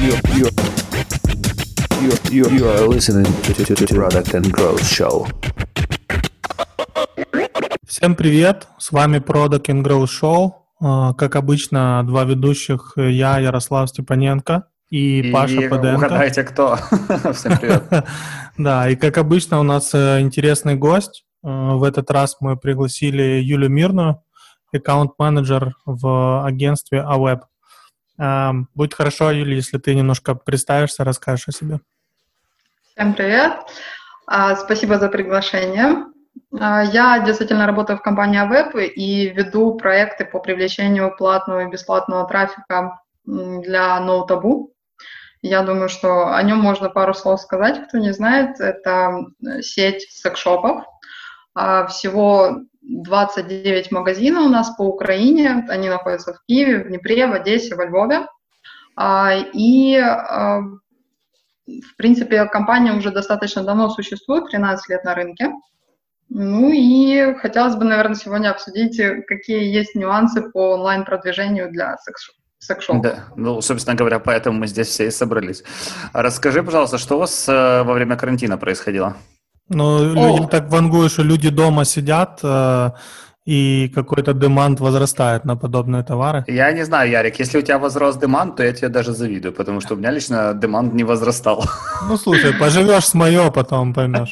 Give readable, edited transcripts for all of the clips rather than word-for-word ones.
You are listening to Product and Growth Show. Всем привет, с вами Product and Growth Show. Как обычно, два ведущих, я, Ярослав Степаненко, и Паша Паденко. Угадайте, кто. Всем привет. Да, и как обычно у нас интересный гость. В этот раз мы пригласили Юлю Мирную, аккаунт-менеджер в агентстве Aweb. Будет хорошо, Юля, если ты немножко представишься, расскажешь о себе. Всем привет. Спасибо за приглашение. Я действительно работаю в компании Aweb и веду проекты по привлечению платного и бесплатного трафика для NoTaboo. Я думаю, что о нем можно пару слов сказать, кто не знает. Это сеть секс-шопов. Всего 29 магазинов у нас по Украине. Они находятся в Киеве, в Днепре, в Одессе, во Львове. В принципе, компания уже достаточно давно существует, 13 лет на рынке. Ну и хотелось бы, наверное, сегодня обсудить, какие есть нюансы по онлайн-продвижению для секс-шопов. Да, ну, собственно говоря, поэтому мы здесь все и собрались. Расскажи, пожалуйста, что у вас во время карантина происходило? Ну, я так вангую, что люди дома сидят, и какой-то деманд возрастает на подобные товары. Я не знаю, Ярик, если у тебя возрос деманд, то я тебе даже завидую, потому что у меня лично деманд не возрастал. Ну, слушай, поживешь с моё, потом поймешь.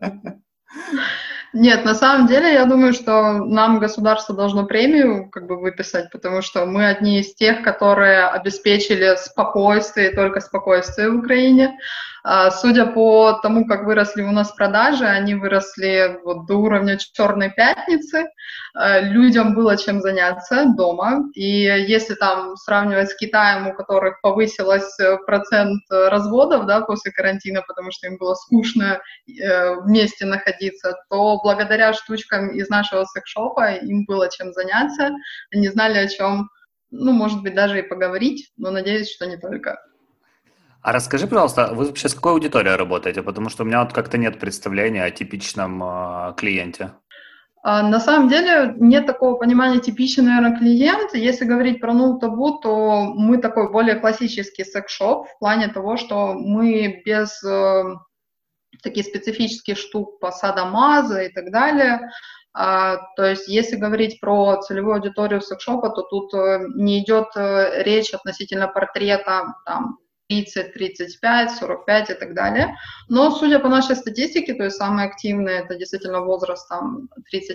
Нет, на самом деле, я думаю, что нам государство должно премию выписать, потому что мы одни из тех, которые обеспечили спокойствие, только спокойствие в Украине. Судя по тому, как выросли у нас продажи, они выросли до уровня «Черной пятницы». Людям было чем заняться дома. И если там сравнивать с Китаем, у которых повысилось процент разводов, да, после карантина, потому что им было скучно вместе находиться, то благодаря штучкам из нашего секс-шопа им было чем заняться. Они знали, о чем, может быть, даже и поговорить, но надеюсь, что не только. А расскажи, пожалуйста, вы вообще с какой аудиторией работаете? Потому что у меня вот как-то нет представления о типичном клиенте. На самом деле нет такого понимания типичный, наверное, клиент. Если говорить про NoTaboo, то мы такой более классический секс-шоп в плане того, что мы без таких специфических штук по садомазо и так далее. То есть если говорить про целевую аудиторию секс-шопа, то тут не идет речь относительно портрета там 30, 35, 45 и так далее. Но, судя по нашей статистике, то есть самые активные, это действительно возраст там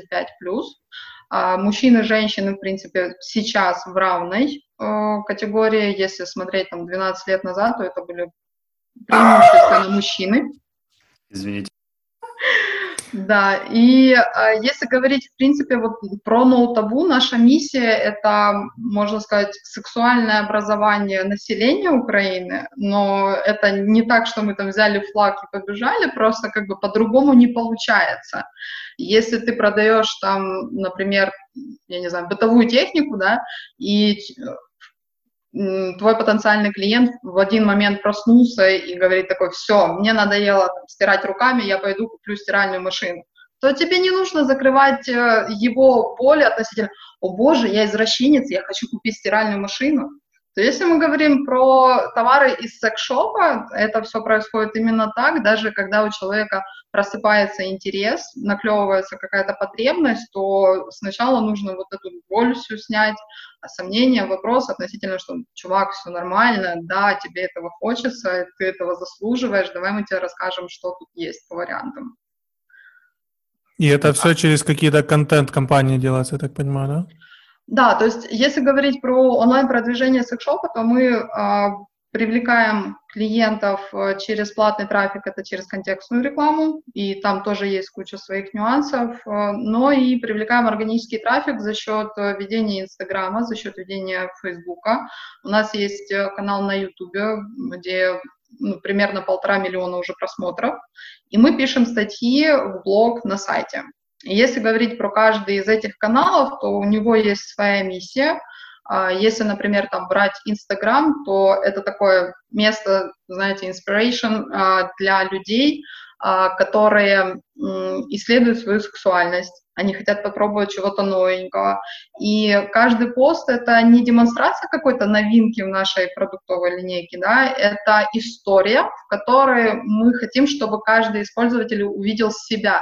35+. Мужчины и женщины, в принципе, сейчас в равной категории. Если смотреть там 12 лет назад, то это были преимущественно мужчины. Извините. Да, и если говорить, в принципе, вот про NoTaboo, наша миссия — это, можно сказать, сексуальное образование населения Украины, но это не так, что мы там взяли флаг и побежали, просто по-другому не получается. Если ты продаешь там, например, я не знаю, бытовую технику, да, и твой потенциальный клиент в один момент проснулся и говорит такой: все, мне надоело стирать руками, я пойду куплю стиральную машину, то тебе не нужно закрывать его поле относительно: о боже, я извращенец, я хочу купить стиральную машину. То если мы говорим про товары из секс-шопа, это все происходит именно так. Даже когда у человека просыпается интерес, наклевывается какая-то потребность, то сначала нужно вот эту боль всю снять, сомнения, вопрос относительно, что, чувак, все нормально, да, тебе этого хочется, ты этого заслуживаешь, давай мы тебе расскажем, что тут есть по вариантам. И это все через какие-то контент-компании делается, я так понимаю, да? Да, то есть если говорить про онлайн-продвижение секс-шопа, то мы привлекаем клиентов через платный трафик, это через контекстную рекламу, и там тоже есть куча своих нюансов, но и привлекаем органический трафик за счет ведения Инстаграма, за счет ведения Фейсбука. У нас есть канал на Ютубе, где примерно 1,5 миллиона уже просмотров, и мы пишем статьи в блог на сайте. Если говорить про каждый из этих каналов, то у него есть своя миссия. Если, например, там брать Instagram, то это такое место, знаете, inspiration для людей, которые исследуют свою сексуальность, они хотят попробовать чего-то новенького. И каждый пост — это не демонстрация какой-то новинки в нашей продуктовой линейке, да, это история, в которой мы хотим, чтобы каждый из пользователей увидел себя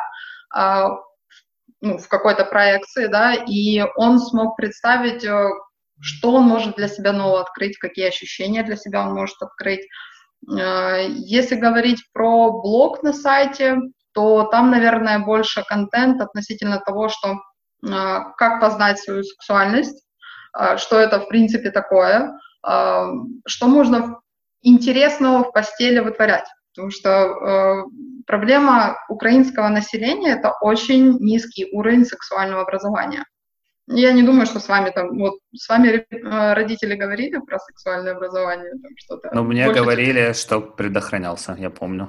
в какой-то проекции, да, и он смог представить, что он может для себя нового открыть, какие ощущения для себя он может открыть. Если говорить про блог на сайте, то там, наверное, больше контент относительно того, что как познать свою сексуальность, что это в принципе такое, что можно интересного в постели вытворять. Потому что проблема украинского населения — это очень низкий уровень сексуального образования. Я не думаю, что с вами с вами родители говорили про сексуальное образование, там что-то. Ну, мне говорили, что предохранялся, я помню.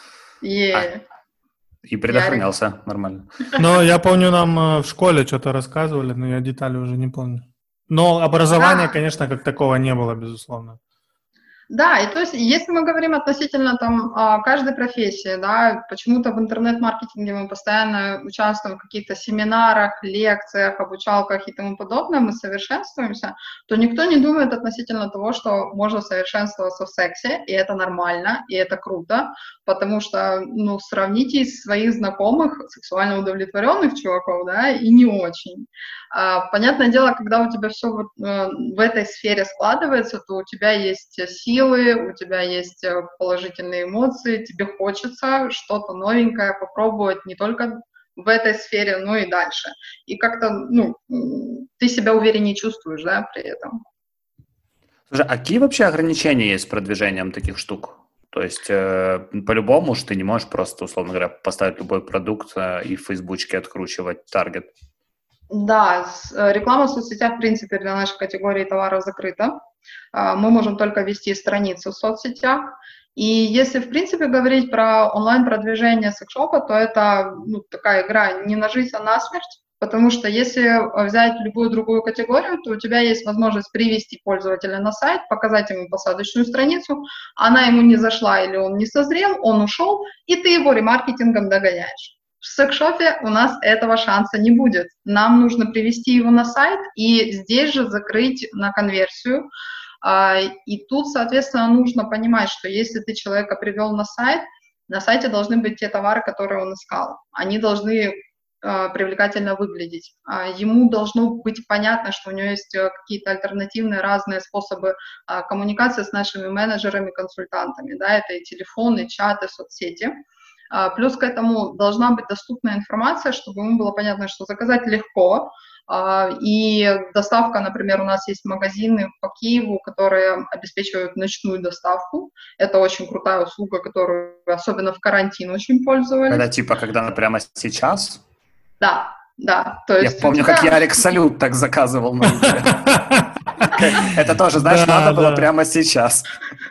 И предохранялся нормально. Но я помню, нам в школе что-то рассказывали, но я детали уже не помню. Но образования, конечно, как такого не было, безусловно. Да, и то есть, если мы говорим относительно каждой профессии, да, почему-то в интернет-маркетинге мы постоянно участвуем в каких-то семинарах, лекциях, обучалках и тому подобное, мы совершенствуемся, то никто не думает относительно того, что можно совершенствоваться в сексе, и это нормально, и это круто, потому что, сравните своих знакомых, сексуально удовлетворенных чуваков, да, и не очень. Понятное дело, когда у тебя все в этой сфере складывается, то у тебя есть силы, у тебя есть положительные эмоции, тебе хочется что-то новенькое попробовать не только в этой сфере, но и дальше. И как-то, ты себя увереннее чувствуешь, да, при этом. Слушай, а какие вообще ограничения есть с продвижением таких штук? То есть, по-любому же ты не можешь просто, условно говоря, поставить любой продукт и в Фейсбучке откручивать таргет. Да, реклама в соцсетях, в принципе, для нашей категории товаров закрыта. Мы можем только вести страницу в соцсетях. И если, в принципе, говорить про онлайн-продвижение секс-шопа, то это такая игра не на жизнь, а на смерть. Потому что если взять любую другую категорию, то у тебя есть возможность привести пользователя на сайт, показать ему посадочную страницу, она ему не зашла или он не созрел, он ушел, и ты его ремаркетингом догоняешь. В секс-шопе у нас этого шанса не будет. Нам нужно привести его на сайт и здесь же закрыть на конверсию. И тут, соответственно, нужно понимать, что если ты человека привел на сайте должны быть те товары, которые он искал. Они должны привлекательно выглядеть. Ему должно быть понятно, что у него есть какие-то альтернативные разные способы коммуникации с нашими менеджерами, консультантами. Да, это и телефоны, чаты, соцсети. Плюс к этому должна быть доступная информация, чтобы ему было понятно, что заказать легко. И доставка, например, у нас есть магазины по Киеву, которые обеспечивают ночную доставку. Это очень крутая услуга, которую особенно в карантин очень пользовались. Это когда прямо сейчас? Да. То есть я помню, как Ярик Салют так заказывал. Это тоже, знаешь, надо было прямо сейчас.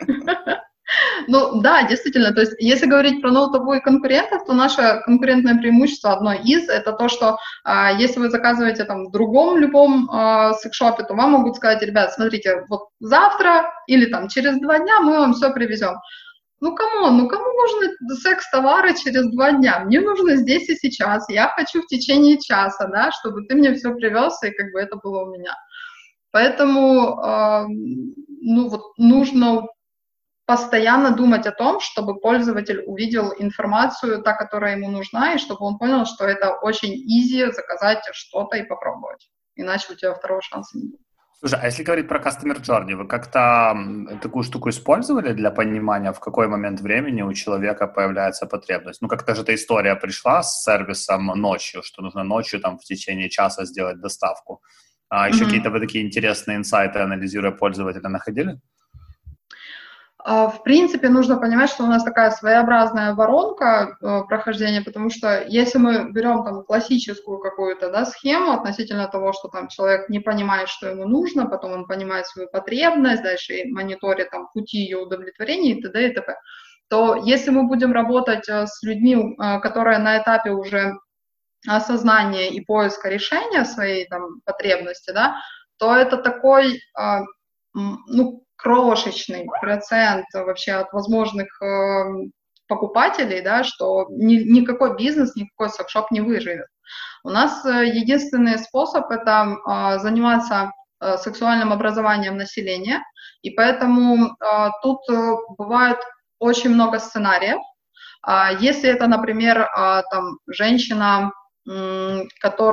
Да, действительно, то есть если говорить про ноутовые конкурентов, то наше конкурентное преимущество одно из, это то, что если вы заказываете в другом любом секс-шопе, то вам могут сказать: ребят, смотрите, вот завтра или через 2 дня мы вам все привезем. Кому нужны секс-товары через 2 дня? Мне нужно здесь и сейчас, я хочу в течение часа, да, чтобы ты мне все привез, и это было у меня. Поэтому, нужно постоянно думать о том, чтобы пользователь увидел информацию, та, которая ему нужна, и чтобы он понял, что это очень изи заказать что-то и попробовать. Иначе у тебя второго шанса не будет. Слушай, а если говорить про Customer Journey, вы как-то такую штуку использовали для понимания, в какой момент времени у человека появляется потребность? Как-то же эта история пришла с сервисом ночью, что нужно ночью в течение часа сделать доставку. А еще какие-то вы такие интересные инсайты, анализируя пользователя, находили? В принципе, нужно понимать, что у нас такая своеобразная воронка прохождения, потому что если мы берем классическую какую-то схему относительно того, что человек не понимает, что ему нужно, потом он понимает свою потребность, дальше мониторит пути ее удовлетворения и т.д. и т.п., то если мы будем работать с людьми, которые на этапе уже осознания и поиска решения своей потребности, да, то это такой, крошечный процент вообще от возможных покупателей, да, что никакой бизнес, никакой секс-шоп не выживет. У нас единственный способ – это заниматься сексуальным образованием населения, и поэтому тут бывает очень много сценариев. Если это, например, там, женщина, у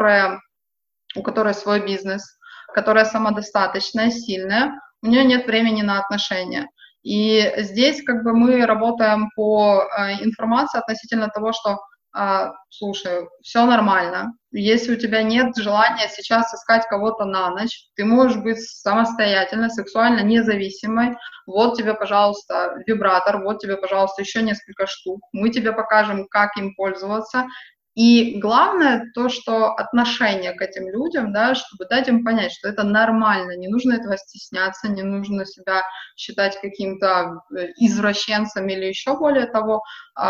которой свой бизнес, которая самодостаточная, сильная, у нее нет времени на отношения. И здесь как бы мы работаем по информации относительно того, что слушай, все нормально, если у тебя нет желания сейчас искать кого-то на ночь, ты можешь быть самостоятельно, сексуально независимой, вот тебе, пожалуйста, вибратор, вот тебе, пожалуйста, еще несколько штук, мы тебе покажем, как им пользоваться. И главное то, что отношение к этим людям, да, чтобы дать им понять, что это нормально, не нужно этого стесняться, не нужно себя считать каким-то извращенцем или еще более того,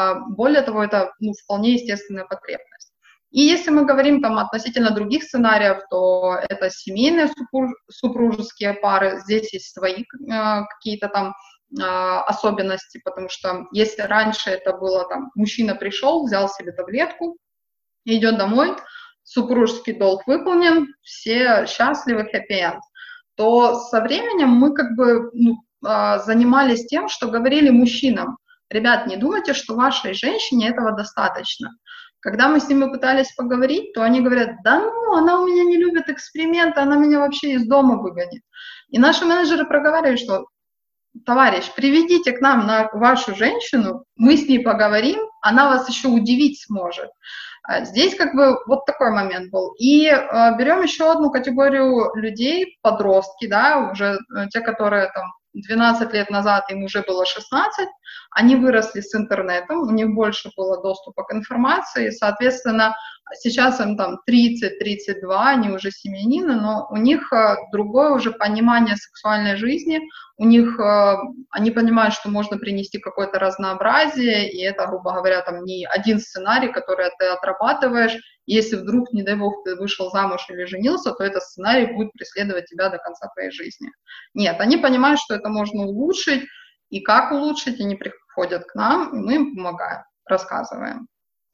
это вполне естественная потребность. И если мы говорим там относительно других сценариев, то это семейные супружеские пары, здесь есть свои какие-то там особенности, потому что если раньше это было там, мужчина пришел, взял себе таблетку, идет домой, супружеский долг выполнен, все счастливы, хэппи-энд, то со временем мы как бы занимались тем, что говорили мужчинам: ребят, не думайте, что вашей женщине этого достаточно. Когда мы с ними пытались поговорить, то они говорят: да ну, она у меня не любит эксперименты, она меня вообще из дома выгонит. И наши менеджеры проговаривают, что: товарищ, приведите к нам вашу женщину, мы с ней поговорим, она вас еще удивить сможет. Здесь как бы вот такой момент был. И берем еще одну категорию людей, подростки, да, уже те, которые там 12 лет назад, им уже было 16, они выросли с интернетом, у них больше было доступа к информации, соответственно, сейчас им там 30-32, они уже семьянины, но у них другое уже понимание сексуальной жизни, у них, они понимают, что можно принести какое-то разнообразие, и это, грубо говоря, там не один сценарий, который ты отрабатываешь. Если вдруг, не дай бог, ты вышел замуж или женился, то этот сценарий будет преследовать тебя до конца твоей жизни. Нет, они понимают, что это можно улучшить, и как улучшить, они приходят к нам, и мы им помогаем, рассказываем.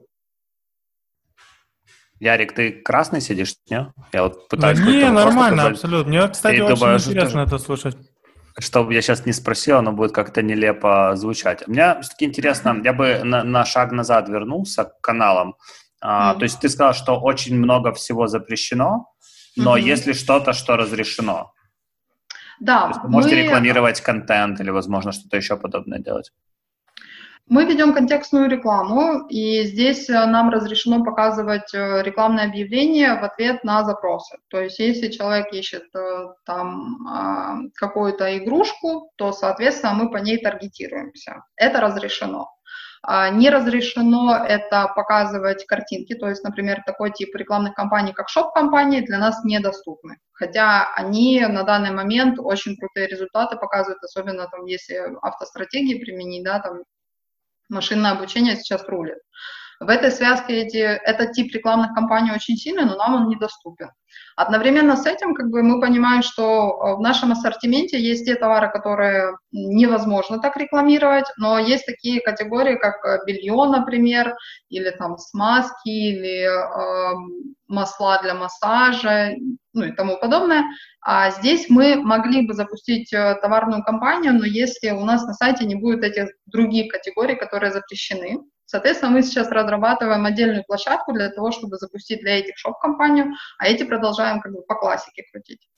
Ярик, ты красный сидишь, не? Я вот пытаюсь... Не, нормально, абсолютно. Мне, кстати, очень думаю, интересно это слушать. Чтобы я сейчас не спросил, оно будет как-то нелепо звучать. Мне все-таки интересно, я бы на шаг назад вернулся к каналам. То есть ты сказал, что очень много всего запрещено, но есть ли что-то, что разрешено? Да. Вы можете рекламировать контент или, возможно, что-то еще подобное делать? Мы ведем контекстную рекламу, и здесь нам разрешено показывать рекламные объявления в ответ на запросы. То есть если человек ищет там какую-то игрушку, то, соответственно, мы по ней таргетируемся. Это разрешено. Не разрешено это показывать картинки, то есть, например, такой тип рекламных кампаний, как шоп-компании, для нас недоступны. Хотя они на данный момент очень крутые результаты показывают, особенно там, если автостратегии применить, да, там машинное обучение сейчас рулит. В этой связке этот тип рекламных кампаний очень сильный, но нам он недоступен. Одновременно с этим как бы, мы понимаем, что в нашем ассортименте есть те товары, которые невозможно так рекламировать, но есть такие категории, как белье, например, или там смазки, или масла для массажа, ну и тому подобное. А здесь мы могли бы запустить товарную кампанию, но если у нас на сайте не будет этих других категорий, которые запрещены, соответственно, мы сейчас разрабатываем отдельную площадку для того, чтобы запустить для этих шоп-компанию, а эти продолжаем как бы по классике крутить.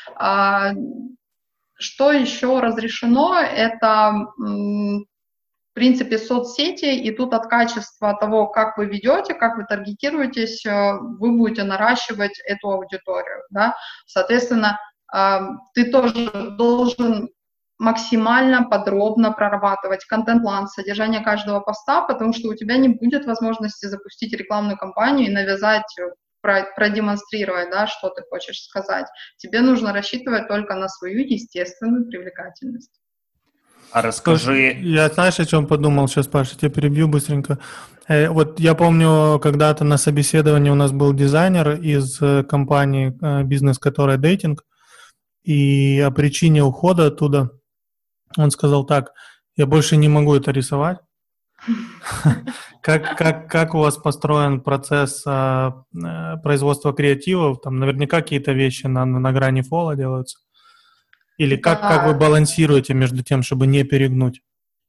Что еще разрешено? Это, в принципе, соцсети, и тут от качества того, как вы ведете, как вы таргетируетесь, вы будете наращивать эту аудиторию. Да? Соответственно, ты тоже должен максимально подробно прорабатывать контент-план, содержание каждого поста, потому что у тебя не будет возможности запустить рекламную кампанию и навязать, продемонстрировать, да, что ты хочешь сказать. Тебе нужно рассчитывать только на свою естественную привлекательность. А расскажи... Я, знаешь, о чем подумал сейчас, Паша, тебя перебью быстренько. Вот я помню, когда-то на собеседовании у нас был дизайнер из компании, бизнес, которая дейтинг, и о причине ухода оттуда он сказал так: я больше не могу это рисовать, Как у вас построен процесс производства креативов? Там наверняка какие-то вещи на грани фола делаются. Или как вы Да, балансируете между тем, чтобы не перегнуть?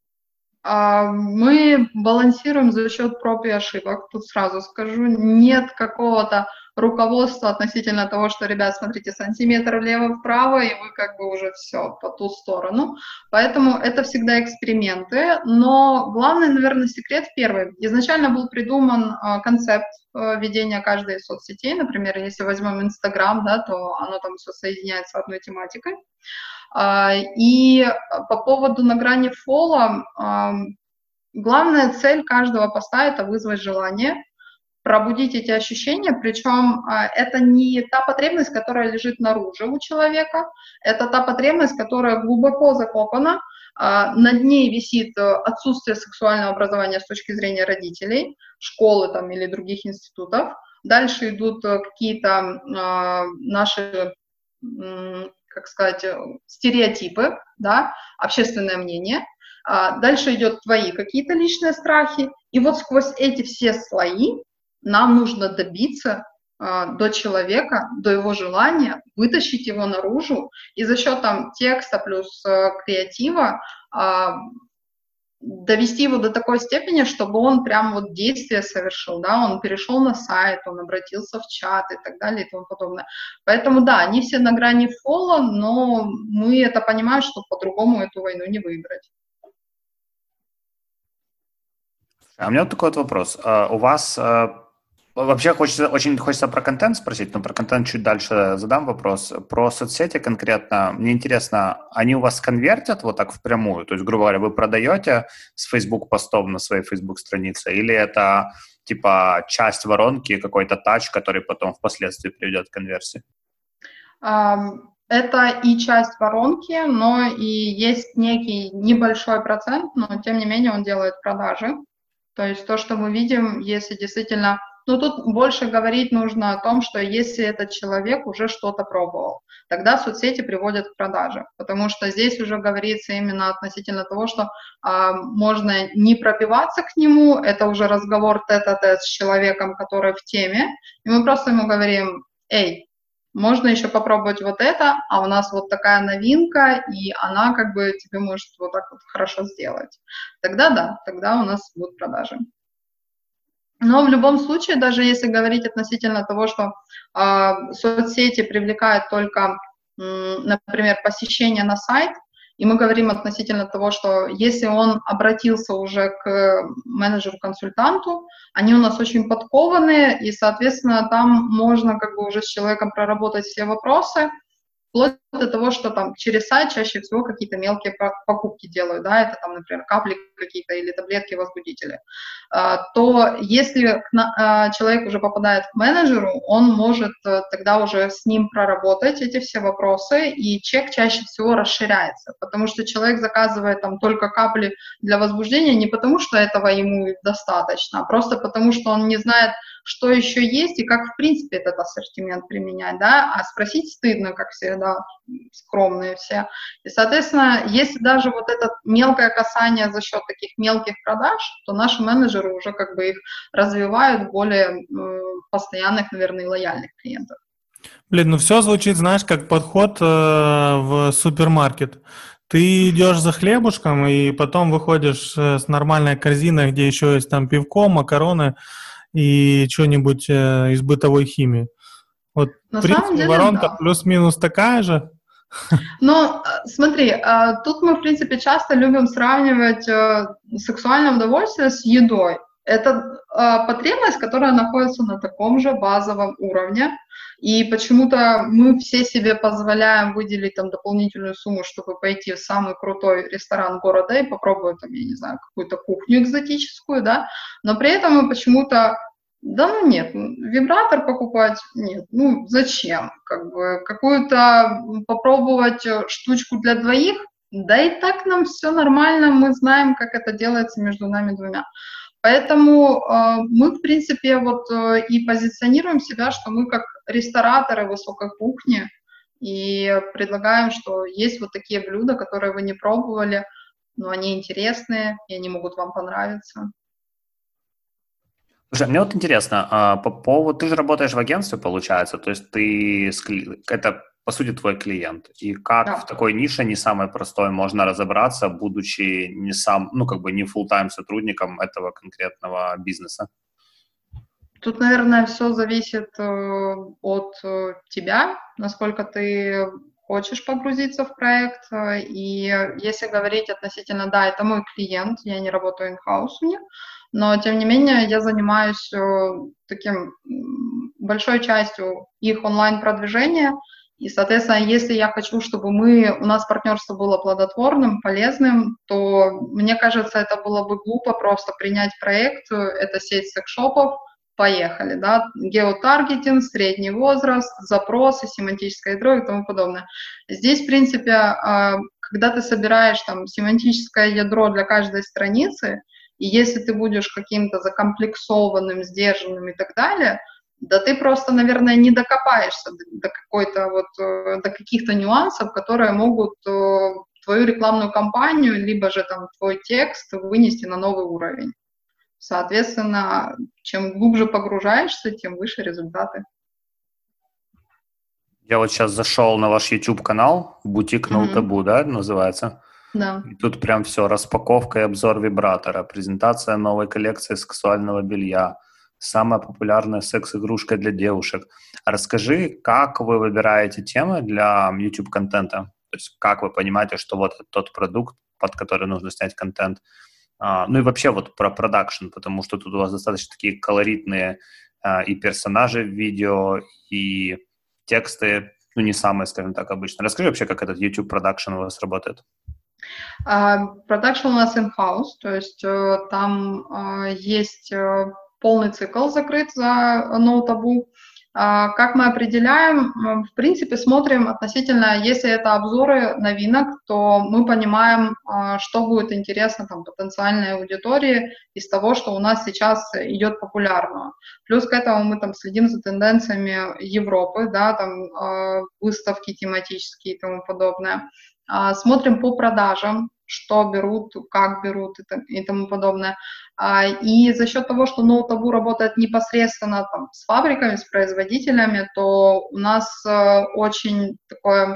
мы балансируем за счет проб и ошибок, тут сразу скажу. Нет какого-то руководства относительно того, что, ребят, смотрите, сантиметр влево-вправо, и вы как бы уже все по ту сторону. Поэтому это всегда эксперименты. Но главный, наверное, секрет первый. Изначально был придуман концепт ведения каждой из соцсетей. Например, если возьмем Инстаграм, да, то оно там все соединяется одной тематикой. И по поводу на грани фола, главная цель каждого поста — это вызвать желание, пробудить эти ощущения, причем это не та потребность, которая лежит наружу у человека, это та потребность, которая глубоко закопана, над ней висит отсутствие сексуального образования с точки зрения родителей, школы там или других институтов. Дальше идут какие-то наши, как сказать, стереотипы, да, общественное мнение. Дальше идет твои какие-то личные страхи. И вот сквозь эти все слои нам нужно добиться до человека, до его желания, вытащить его наружу, и за счет там текста плюс креатива довести его до такой степени, чтобы он прям вот действие совершил, да, он перешел на сайт, он обратился в чат и так далее и тому подобное. Поэтому да, они все на грани фола, но мы это понимаем, что по-другому эту войну не выиграть. А у меня вот такой вот вопрос. У вас вообще очень хочется про контент спросить, но про контент чуть дальше задам вопрос. Про соцсети конкретно. Мне интересно, они у вас конвертят вот так впрямую? То есть, грубо говоря, вы продаете с Facebook постов на своей Facebook странице, или это типа часть воронки, какой-то тач, который потом впоследствии приведет к конверсии? Это и часть воронки, но и есть некий небольшой процент, но тем не менее он делает продажи. То есть то, что мы видим, если действительно... Ну, тут больше говорить нужно о том, что если этот человек уже что-то пробовал, тогда соцсети приводят к продаже, потому что здесь уже говорится именно относительно того, что можно не пробиваться к нему, это уже разговор тет-а-тет с человеком, который в теме, и мы просто ему говорим: эй, можно еще попробовать вот это, а у нас вот такая новинка, и она как бы тебе может вот так вот хорошо сделать. Тогда да, тогда у нас будут продажи. Но в любом случае, даже если говорить относительно того, что соцсети привлекают только, например, посещение на сайт, и мы говорим относительно того, что если он обратился уже к менеджеру-консультанту, они у нас очень подкованные, и, соответственно, там можно как бы уже с человеком проработать все вопросы, вплоть до того, что там через сайт чаще всего какие-то мелкие покупки делают, да, это там, например, капли какие-то или таблетки, возбудители, то если человек уже попадает к менеджеру, он может тогда уже с ним проработать эти все вопросы, и чек чаще всего расширяется, потому что человек заказывает там только капли для возбуждения не потому, что этого ему достаточно, а просто потому, что он не знает, что еще есть и как, в принципе, этот ассортимент применять, да, а спросить стыдно, как всегда, скромные все. И, соответственно, если даже вот это мелкое касание за счет таких мелких продаж, то наши менеджеры уже как бы их развивают в более постоянных, наверное, и лояльных клиентов. Блин, ну все звучит, знаешь, как подход в супермаркет. Ты идешь за хлебушком и потом выходишь с нормальной корзиной, где еще есть там пивко, макароны и что-нибудь из бытовой химии. Вот, На в принципе, самом деле, воронка да. плюс-минус такая же. Но смотри, тут мы, в принципе, часто любим сравнивать сексуальное удовольствие с едой. Это потребность, которая находится на таком же базовом уровне, и почему-то мы все себе позволяем выделить там дополнительную сумму, чтобы пойти в самый крутой ресторан города и попробовать там, я не знаю, какую-то кухню экзотическую, да, но при этом мы почему-то: да ну нет, вибратор покупать нет, ну зачем, как бы какую-то попробовать штучку для двоих, да и так нам все нормально, мы знаем, как это делается между нами двумя. Поэтому мы, в принципе, вот и позиционируем себя, что мы как рестораторы высокой кухни, и предлагаем, что есть вот такие блюда, которые вы не пробовали, но они интересные, и они могут вам понравиться. Слушай, мне вот интересно, по поводу, ты же работаешь в агентстве, получается, то есть это, по сути, твой клиент, и как Да. в такой нише, не самой простой, можно разобраться, будучи не full-time сотрудником этого конкретного бизнеса? Тут, наверное, все зависит от тебя, насколько ты хочешь погрузиться в проект. И если говорить относительно, да, это мой клиент, я не работаю in-house у них, но, тем не менее, я занимаюсь таким большой частью их онлайн-продвижения. И, соответственно, если я хочу, чтобы у нас партнерство было плодотворным, полезным, то, мне кажется, это было бы глупо просто принять проект, это сеть секс-шопов, поехали, да, геотаргетинг, средний возраст, запросы, семантическое ядро и тому подобное. Здесь, в принципе, когда ты собираешь там семантическое ядро для каждой страницы, и если ты будешь каким-то закомплексованным, сдержанным и так далее, да ты просто, наверное, не докопаешься до каких-то нюансов, которые могут твою рекламную кампанию, либо же там твой текст вынести на новый уровень. Соответственно, чем глубже погружаешься, тем выше результаты. Я вот сейчас зашел на ваш YouTube-канал, «Бутик No Taboo», да, называется? Да. И тут прям все, распаковка и обзор вибратора, презентация новой коллекции сексуального белья, самая популярная секс-игрушка для девушек. Расскажи, как вы выбираете темы для YouTube-контента? То есть как вы понимаете, что вот тот продукт, под который нужно снять контент? Ну и вообще вот про продакшн, потому что тут у вас достаточно такие колоритные и персонажи в видео, и тексты, ну не самые, скажем так, обычные. Расскажи вообще, как этот YouTube продакшн у вас работает. Продакшн у нас in-house, то есть там есть полный цикл закрыт за No Taboo. Как мы определяем? В принципе, смотрим относительно, если это обзоры новинок, то мы понимаем, что будет интересно там, потенциальной аудитории из того, что у нас сейчас идет популярно. Плюс к этому мы там следим за тенденциями Европы, да, там выставки тематические и тому подобное. Смотрим по продажам, что берут, как берут и тому подобное. И за счет того, что No Taboo работает непосредственно там, с фабриками, с производителями, то у нас очень такое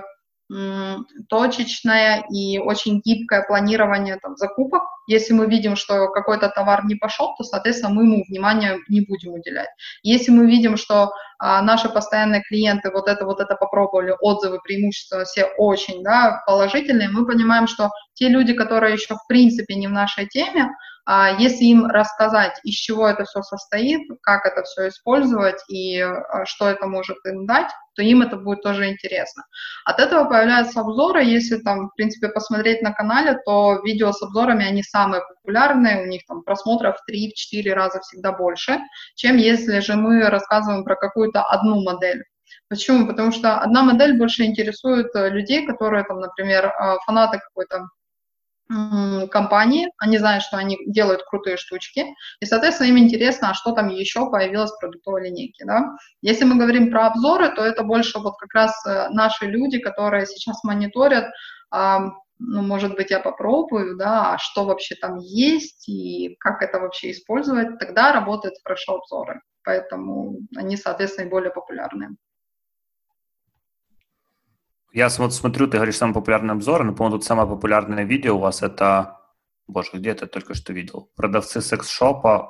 точечное и очень гибкое планирование там, закупок. Если мы видим, что какой-то товар не пошел, то, соответственно, мы ему внимания не будем уделять. Если мы видим, что наши постоянные клиенты вот это попробовали, отзывы преимущественно все очень положительные, мы понимаем, что те люди, которые еще в принципе не в нашей теме, если им рассказать, из чего это все состоит, как это все использовать и что это может им дать, то им это будет тоже интересно. От этого появляются обзоры. Если там, в принципе, посмотреть на канале, то видео с обзорами, они самые популярные, у них там просмотров в 3-4 раза всегда больше, чем если же мы рассказываем про какую-то одну модель. Почему? Потому что одна модель больше интересует людей, которые, там, например, фанаты какой-то компании, они знают, что они делают крутые штучки, и, соответственно, им интересно, а что там еще появилось в продуктовой линейке, да. Если мы говорим про обзоры, то это больше вот как раз наши люди, которые сейчас мониторят, ну, может быть, я попробую, да, а что вообще там есть и как это вообще использовать, тогда работают хорошо обзоры, поэтому они, соответственно, и более популярны. Я вот смотрю, ты говоришь, самый популярный обзор, но, по-моему, тут самое популярное видео у вас это... Боже, где это только что видел? Продавцы секс-шопа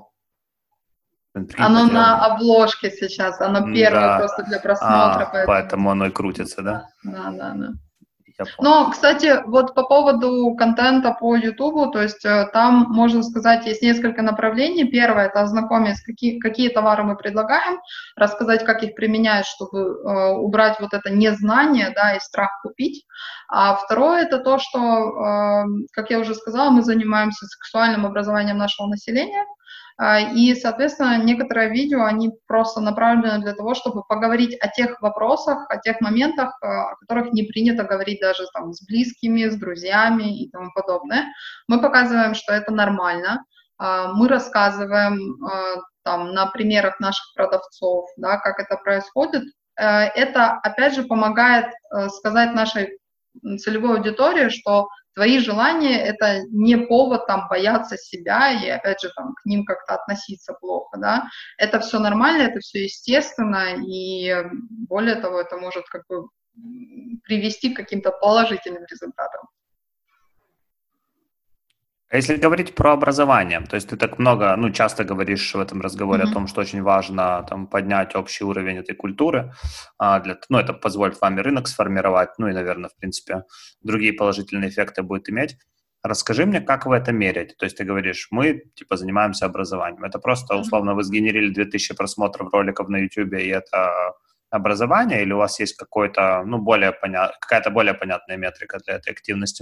Оно на обложке сейчас, оно первое просто для просмотра. Поэтому оно и крутится, да? Да. Но, кстати, вот по поводу контента по YouTube, то есть там, можно сказать, есть несколько направлений. Первое – это ознакомить, какие товары мы предлагаем, рассказать, как их применять, чтобы убрать вот это незнание, да, и страх купить. А второе – это то, что, как я уже сказала, мы занимаемся сексуальным образованием нашего населения. И, соответственно, некоторые видео, они просто направлены для того, чтобы поговорить о тех вопросах, о тех моментах, о которых не принято говорить даже там с близкими, с друзьями и тому подобное. Мы показываем, что это нормально. Мы рассказываем там на примерах наших продавцов, да, как это происходит. Это, опять же, помогает сказать нашей целевой аудитории, что твои желания — это не повод там бояться себя и, опять же, там, к ним как-то относиться плохо, да. Это все нормально, это все естественно, и более того, это может как бы привести к каким-то положительным результатам. А если говорить про образование, то есть ты так много, часто говоришь в этом разговоре о том, что очень важно там поднять общий уровень этой культуры, это позволит вам и рынок сформировать, и, наверное, в принципе, другие положительные эффекты будет иметь. Расскажи мне, как вы это меряете? То есть ты говоришь, мы, занимаемся образованием. Это просто, условно, вы сгенерили 2000 просмотров роликов на YouTube, и это образование, или у вас есть какая-то более понятная метрика для этой активности?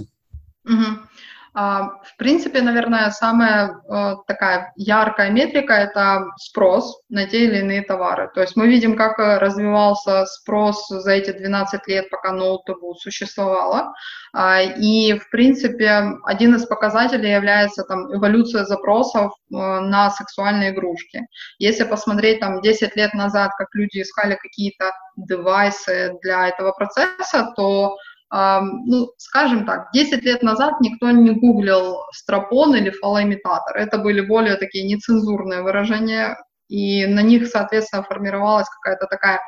В принципе, наверное, самая такая яркая метрика — это спрос на те или иные товары. То есть мы видим, как развивался спрос за эти 12 лет, пока ноутбук существовало. И, в принципе, один из показателей является там эволюция запросов на сексуальные игрушки. Если посмотреть там 10 лет назад, как люди искали какие-то девайсы для этого процесса, то скажем так, 10 лет назад никто не гуглил стропон или фалоимитатор. Это были более такие нецензурные выражения, и на них, соответственно, формировалась какая-то такая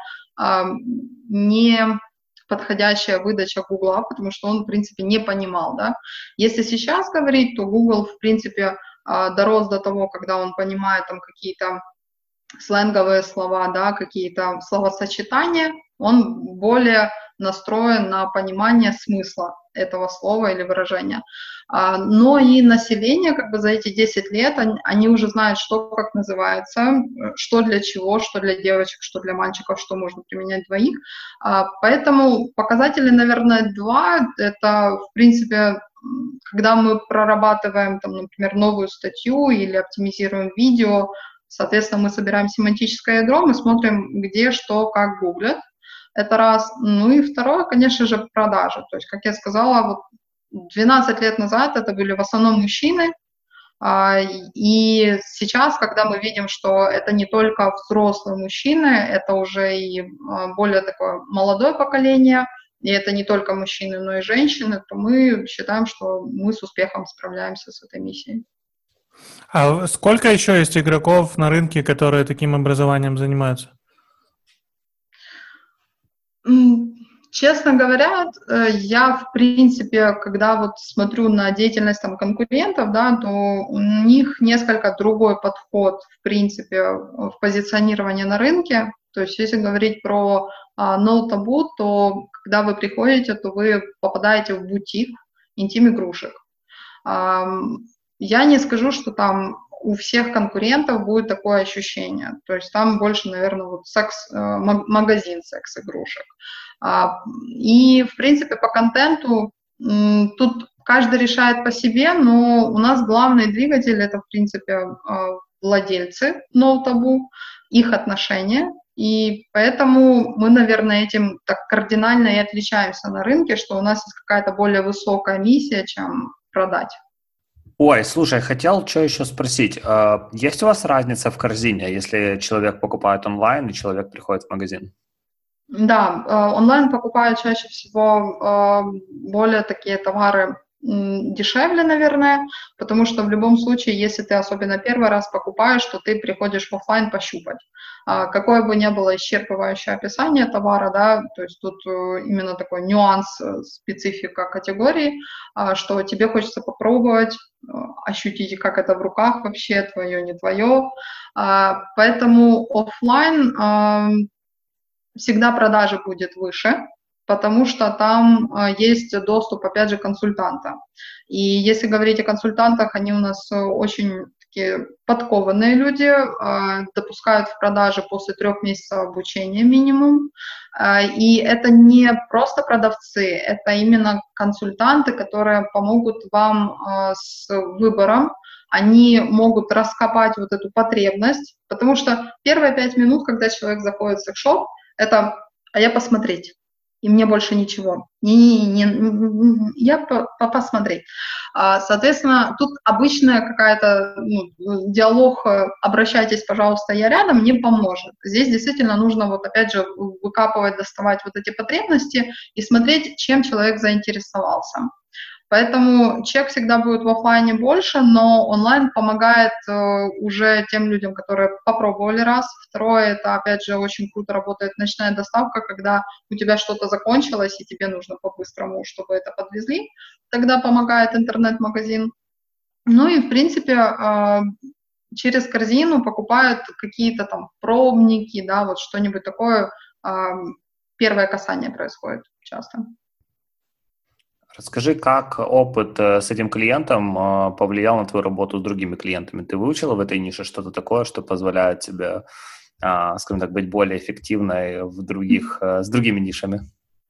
не подходящая выдача Гугла, потому что он, в принципе, не понимал, да. Если сейчас говорить, то Google, в принципе, дорос до того, когда он понимает там какие-то сленговые слова, да, какие-то словосочетания, он более настроен на понимание смысла этого слова или выражения. Но и население как бы за эти 10 лет, они уже знают, что как называется, что для чего, что для девочек, что для мальчиков, что можно применять двоих. Поэтому показатели, наверное, два. Это, в принципе, когда мы прорабатываем, там, например, новую статью или оптимизируем видео, соответственно, мы собираем семантическое ядро, мы смотрим, где, что, как гуглят. Это раз. И второе, конечно же, продажи. То есть, как я сказала, 12 лет назад это были в основном мужчины, и сейчас, когда мы видим, что это не только взрослые мужчины, это уже и более такое молодое поколение, и это не только мужчины, но и женщины, то мы считаем, что мы с успехом справляемся с этой миссией. А сколько еще есть игроков на рынке, которые таким образованием занимаются? Честно говоря, я, в принципе, когда смотрю на деятельность там конкурентов, да, то у них несколько другой подход, в принципе, в позиционировании на рынке. То есть если говорить про No Taboo, то когда вы приходите, то вы попадаете в бутик интим-игрушек. Я не скажу, что там у всех конкурентов будет такое ощущение. То есть там больше, наверное, магазин секс-игрушек. И, в принципе, по контенту тут каждый решает по себе, но у нас главный двигатель — это, в принципе, владельцы No Taboo, их отношения. И поэтому мы, наверное, этим так кардинально и отличаемся на рынке, что у нас есть какая-то более высокая миссия, чем продать. Ой, слушай, хотел что еще спросить. Есть у вас разница в корзине, если человек покупает онлайн и человек приходит в магазин? Да, онлайн покупают чаще всего более такие товары дешевле, наверное, потому что в любом случае, если ты особенно первый раз покупаешь, то ты приходишь в офлайн пощупать. Какое бы ни было исчерпывающее описание товара, да, то есть тут именно такой нюанс, специфика категории, что тебе хочется попробовать, ощутить, как это в руках вообще, твое, не твое. Поэтому офлайн всегда продажа будет выше, потому что там есть доступ, опять же, консультанта. И если говорить о консультантах, они у нас очень такие подкованные люди, допускают в продажи после 3 месяцев обучения минимум. И это не просто продавцы, это именно консультанты, которые помогут вам с выбором. Они могут раскопать вот эту потребность, потому что первые 5 минут, когда человек заходит в секс-шоп, это «а я посмотреть». и мне больше ничего. Не, я посмотреть. Соответственно, тут обычная какая-то диалог «обращайтесь, пожалуйста, я рядом» не поможет. Здесь действительно нужно вот опять же выкапывать, доставать вот эти потребности и смотреть, чем человек заинтересовался. Поэтому чек всегда будет в офлайне больше, но онлайн помогает уже тем людям, которые попробовали раз. Второе, это, опять же, очень круто работает ночная доставка, когда у тебя что-то закончилось, и тебе нужно по-быстрому, чтобы это подвезли. Тогда помогает интернет-магазин. Ну и, в принципе, через корзину покупают какие-то там пробники, да, вот что-нибудь такое. Первое касание происходит часто. Расскажи, как опыт с этим клиентом повлиял на твою работу с другими клиентами? Ты выучила в этой нише что-то такое, что позволяет тебе, скажем так, быть более эффективной с другими нишами?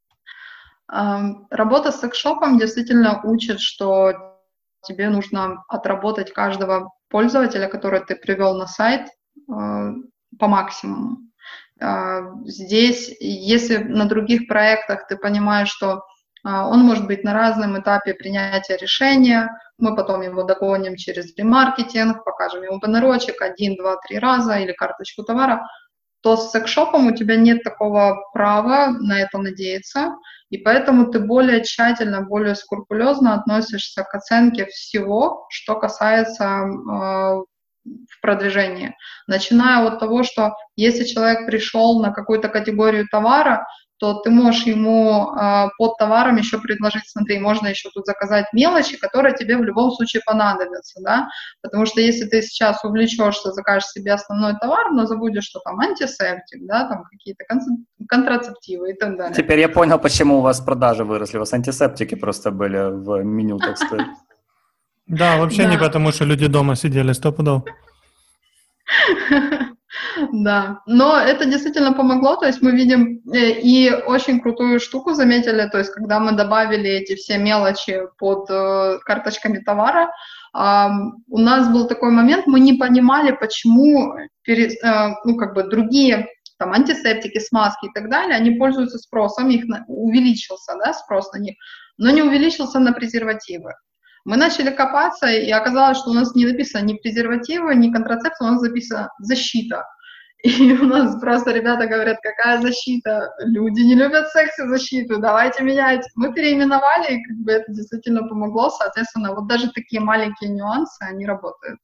Работа с секс-шопом действительно учит, что тебе нужно отработать каждого пользователя, который ты привел на сайт, по максимуму. Здесь, если на других проектах ты понимаешь, что он может быть на разном этапе принятия решения, мы потом его догоним через ремаркетинг, покажем ему баннерочек 1, 2, 3 раза или карточку товара, то с секс-шопом у тебя нет такого права на это надеяться, и поэтому ты более тщательно, более скрупулезно относишься к оценке всего, что касается в продвижении. Начиная от того, что если человек пришел на какую-то категорию товара, то ты можешь ему под товаром еще предложить, смотри, можно еще тут заказать мелочи, которые тебе в любом случае понадобятся, да, потому что если ты сейчас увлечешься, закажешь себе основной товар, но забудешь, что там антисептик, да, там какие-то контрацептивы и так далее. Теперь я понял, почему у вас продажи выросли, у вас антисептики просто были в меню, так сказать. Да, вообще не потому, что люди дома сидели, 100%. Да, но это действительно помогло, то есть мы видим и очень крутую штуку заметили, то есть когда мы добавили эти все мелочи под карточками товара, у нас был такой момент, мы не понимали, почему другие там антисептики, смазки и так далее, они пользуются спросом, увеличился, да, спрос на них, но не увеличился на презервативы. Мы начали копаться, и оказалось, что у нас не написано ни презервативы, ни контрацепция, у нас записано защита. И у нас просто ребята говорят, какая защита? Люди не любят секс и защиту, давайте менять. Мы переименовали, и это действительно помогло. Соответственно, вот даже такие маленькие нюансы, они работают.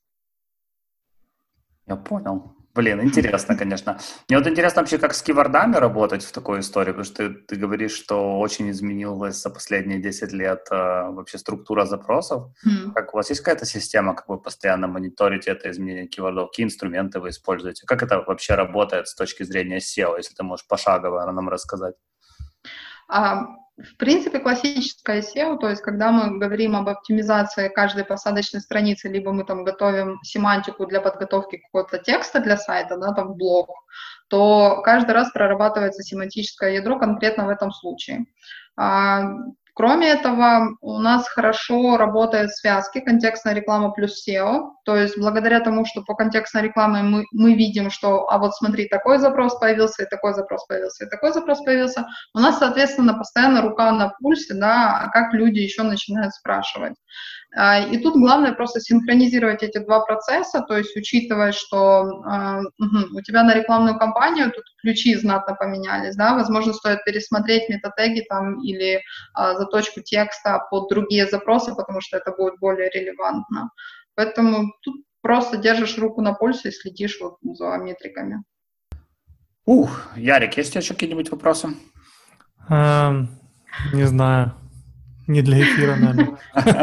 Я понял. Блин, интересно, конечно. Мне вот интересно вообще, как с кивардами работать в такой истории, потому что ты говоришь, что очень изменилась за последние 10 лет вообще структура запросов. Как у вас есть какая-то система, как вы постоянно мониторите это изменение кивардов? Какие инструменты вы используете? Как это вообще работает с точки зрения SEO, если ты можешь пошагово нам рассказать? В принципе, классическое SEO, то есть когда мы говорим об оптимизации каждой посадочной страницы, либо мы там готовим семантику для подготовки какого-то текста для сайта, да, там блог, то каждый раз прорабатывается семантическое ядро конкретно в этом случае. Кроме этого, у нас хорошо работают связки контекстная реклама плюс SEO, то есть благодаря тому, что по контекстной рекламе мы видим, что, а вот смотри, такой запрос появился, и такой запрос появился, и такой запрос появился, у нас, соответственно, постоянно рука на пульсе, да, как люди еще начинают спрашивать. И тут главное просто синхронизировать эти два процесса, то есть учитывая, что у тебя на рекламную кампанию тут ключи знатно поменялись, да, возможно, стоит пересмотреть метатеги там или заточку текста под другие запросы, потому что это будет более релевантно. Поэтому тут просто держишь руку на пульсе и следишь вот за метриками. Ярик, есть у тебя еще какие-нибудь вопросы? Не знаю. Не для эфира, наверное.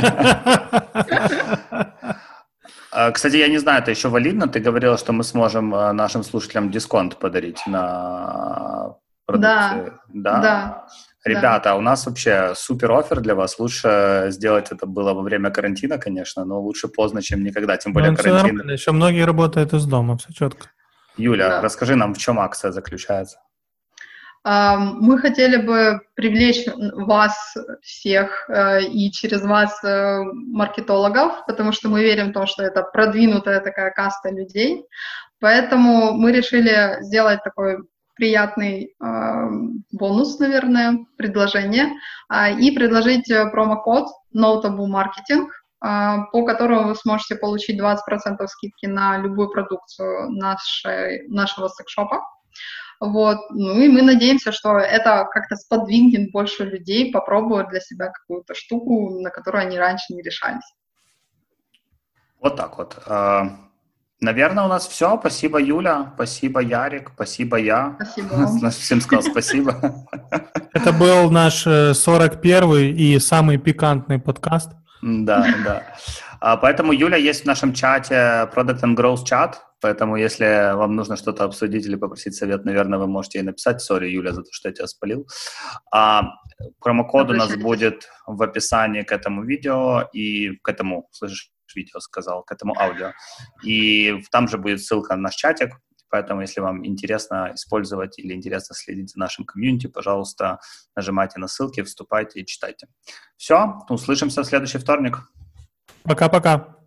Кстати, я не знаю, это еще валидно? Ты говорила, что мы сможем нашим слушателям дисконт подарить на продукцию. Да. Ребята, да. У нас вообще супер оффер для вас. Лучше сделать это было во время карантина, конечно, но лучше поздно, чем никогда. Тем более карантин. Еще многие работают из дома, все четко. Юля, расскажи нам, в чем акция заключается? Мы хотели бы привлечь вас всех и через вас маркетологов, потому что мы верим в то, что это продвинутая такая каста людей. Поэтому мы решили сделать такой приятный бонус, наверное, предложение, и предложить промокод NoTabooMarketing, по которому вы сможете получить 20% скидки на любую продукцию нашего секшопа. Вот. Ну и мы надеемся, что это как-то сподвигнет больше людей попробовать для себя какую-то штуку, на которую они раньше не решались. Вот так вот. Наверное, у нас все. Спасибо, Юля. Спасибо, Ярик. Спасибо, я. Спасибо вам. Всем сказал спасибо. Это был наш 41-й и самый пикантный подкаст. Да. Поэтому Юля есть в нашем чате Product and Growth чат, поэтому если вам нужно что-то обсудить или попросить совет, наверное, вы можете ей написать. Сори, Юля, за то, что я тебя спалил. Промокод у нас будет в описании к этому видео и к этому, слышишь, видео сказал, к этому аудио. И там же будет ссылка на наш чатик, поэтому если вам интересно использовать или интересно следить за нашим комьюнити, пожалуйста, нажимайте на ссылки, вступайте и читайте. Все, услышимся в следующий вторник. Пока-пока.